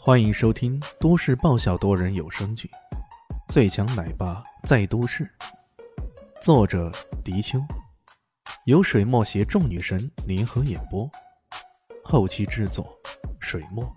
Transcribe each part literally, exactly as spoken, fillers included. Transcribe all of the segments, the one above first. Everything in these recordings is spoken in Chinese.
欢迎收听都市爆笑多人有声剧《最强奶爸在都市》，作者：迪秋，由水墨携众女神联合演播，后期制作：水墨。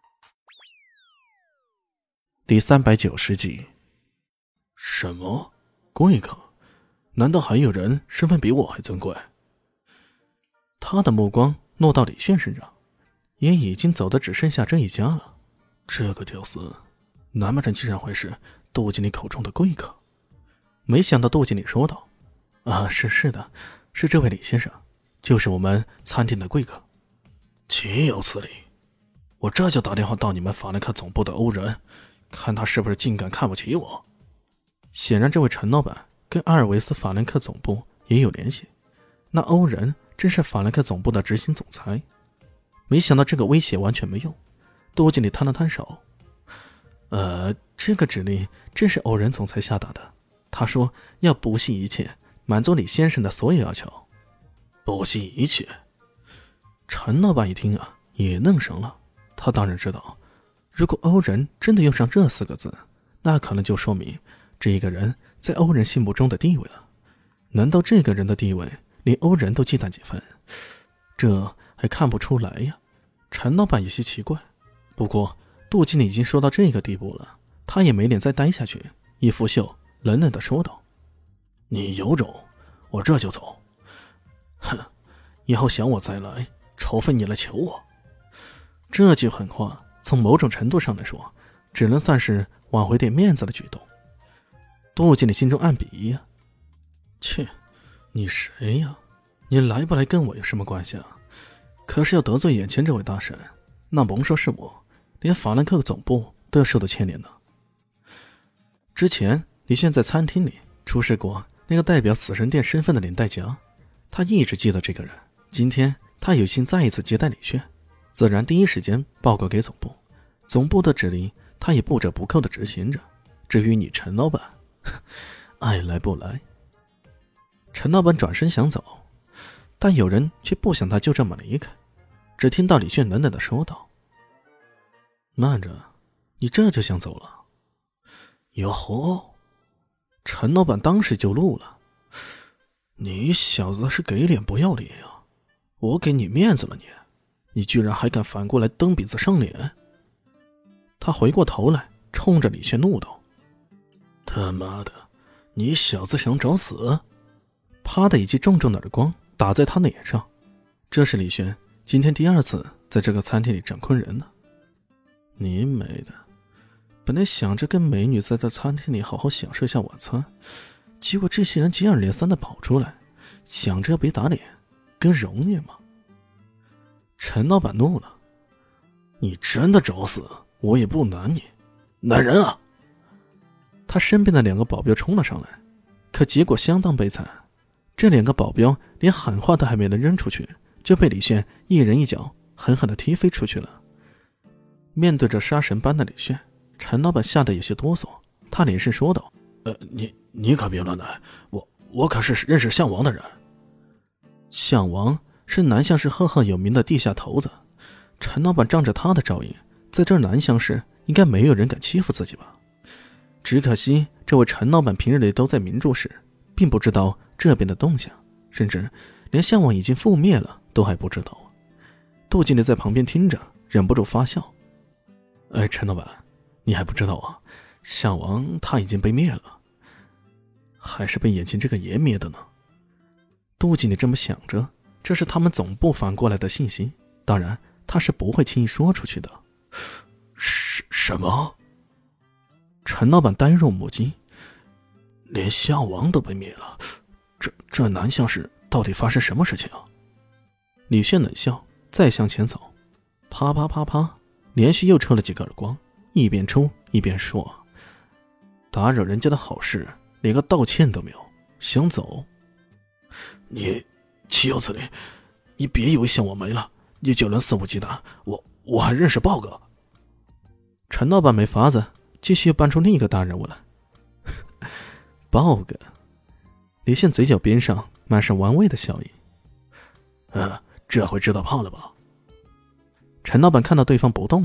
第三百九十集。 什么？贵客？难道还有人身份比我还尊贵？ 他的目光落到李炫身上，也已经走的只剩下这一家了。 这个屌丝，难不成竟然会是杜经理口中的贵客？ 没想到杜经理说道：“啊，是是的，是这位李先生，就是我们餐厅的贵客。” 岂有此理！我这就打电话到你们法兰克总部的欧人，看他是不是竟敢看不起我。 显然这位陈老板跟阿尔维斯法兰克总部也有联系，那欧人正是法兰克总部的执行总裁。没想到这个威胁完全没用，杜经理摊了摊手：“呃，这个指令正是欧人总裁下达的，他说要不惜一切满足李先生的所有要求。” 不惜一切？ 陈老板一听啊，也愣神了。他当然知道，如果欧人真的用上这四个字，那可能就说明这个人在欧人心目中的地位了。难道这个人的地位连欧人都忌惮几分？这还看不出来呀。陈老板有些奇怪，不过杜经理已经说到这个地步了，他也没脸再待下去，一拂袖冷冷地说道：“ 你有种，我这就走。哼，以后想我再来，除非你来求我。” 这句狠话从某种程度上来说，只能算是挽回点面子的举动。杜经理心中暗比呀：“ 切，你谁呀？你来不来跟我有什么关系啊？ 可是要得罪眼前这位大神，那甭说是我，连法兰克总部都要受到牵连呢。”之前李炫在餐厅里出示过那个代表死神殿身份的领带夹，他一直记得这个人。今天他有幸再一次接待李炫，自然第一时间报告给总部，总部的指令他也不折不扣地执行着。至于你陈老板，爱来不来。陈老板转身想走，但有人却不想他就这么离开。只听到李炫冷冷地说道：“慢着，你这就想走了？” 哟吼！ 陈老板当时就怒了：“ 你小子是给脸不要脸呀！我给你面子了你，你居然还敢反过来蹬鼻子上脸！” 他回过头来冲着李炫怒道：“ 他妈的，你小子想找死！” 啪的一记重重的耳光打在他脸上。这是李炫今天第二次在这个餐厅里整昆人了。你美的，本来想着跟美女在这餐厅里好好享受一下晚餐，结果这些人接二连三的跑出来，想着要别打脸，跟容易吗？陈老板怒了：“ 你真的找死，我也不拦你，男人啊！” 他身边的两个保镖冲了上来，可结果相当悲惨，这两个保镖连喊话都还没能扔出去，就被李炫一人一脚狠狠地踢飞出去了。面对着杀神般的李炫，陈老板吓得有些哆嗦，他连声说道：“ 呃，你你可别乱来，我我可是认识项王的人。” 项王是南乡市赫赫有名的地下头子，陈老板仗着他的照应，在这南乡市应该没有人敢欺负自己吧？只可惜这位陈老板平日里都在明珠市，并不知道这边的动向，甚至连项王已经覆灭了都还不知道。杜经理在旁边听着忍不住发笑：“哎，陈老板，你还不知道啊？项王他已经被灭了，还是被眼前这个爷灭的呢。”杜经理这么想着，这是他们总部反过来的信息，当然他是不会轻易说出去的。 什什么？ 陈老板呆若木鸡， 连项王都被灭了，这这南乡市到底发生什么事情啊？ 李炫冷笑，再向前走，啪啪啪啪，连续又抽了几个耳光，一边抽一边说：“打扰人家的好事，连个道歉都没有，想走？ 你岂有此理！你别以为项王没了，你就能肆无忌惮？我我还认识豹哥。” 陈老板没法子，继续又搬出另一个大人物来。豹哥，李现嘴角边上满是玩味的笑意。 呃，这回知道怕了吧？ 陈老板看到对方不动了，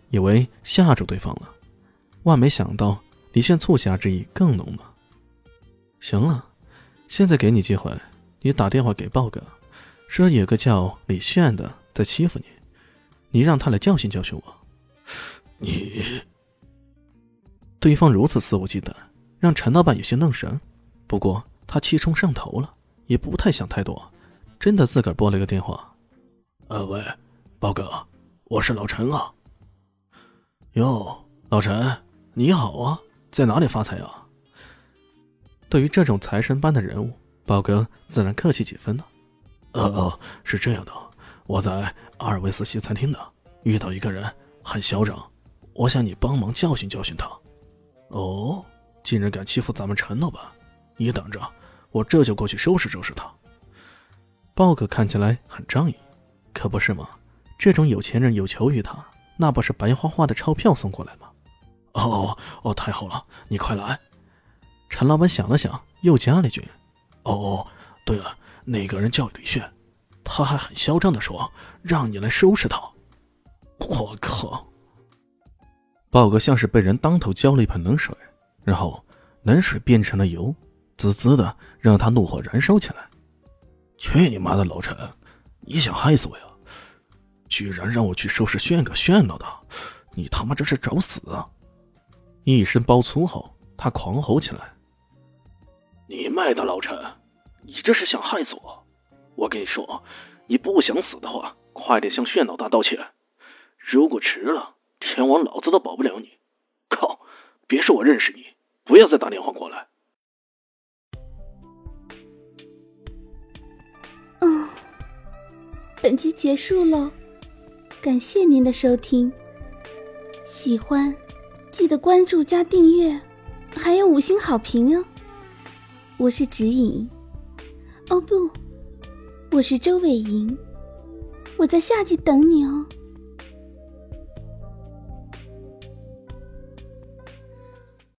以为吓住对方了，万没想到李炫促狭之意更浓了。行了，现在给你机会，你打电话给豹哥，说有个叫李炫的在欺负你，你让他来教训教训我。 你…… 对方如此肆无忌惮，让陈老板有些愣神。不过他气冲上头了，也不太想太多，真的自个儿拨了个电话。 呃，喂，豹哥，我是老陈啊。 哟，老陈，你好啊，在哪里发财啊？对于这种财神般的人物，豹哥自然客气几分了。 呃呃，是这样的，我在阿尔维斯西餐厅的，遇到一个人很嚣张，我想你帮忙教训教训他。 哦，竟然敢欺负咱们陈老板，你等着，我这就过去收拾收拾他。豹哥看起来很仗义，可不是吗？这种有钱人有求于他，那不是白花花的钞票送过来吗？ 哦哦，太好了，你快来。 陈老板想了想，又加了一句： 哦哦，对了，那个人叫李炫，他还很嚣张地说让你来收拾他。我靠！ 豹哥像是被人当头浇了一盆冷水，然后冷水变成了油，滋滋的让他怒火燃烧起来。 去你妈的老陈，你想害死我呀？居然让我去收拾炫哥炫老大，你他妈这是找死啊！ 一声爆粗后，他狂吼起来： 你卖的老陈，你这是想害死我！我跟你说，你不想死的话，快点向炫老大道歉。如果迟了，天王老子都保不了你。靠，别说我认识你，不要再打电话过来。 嗯，本集结束了，感谢您的收听。喜欢记得关注加订阅，还有五星好评哦。我是指引，哦不，我是周伟莹，我在下集等你哦。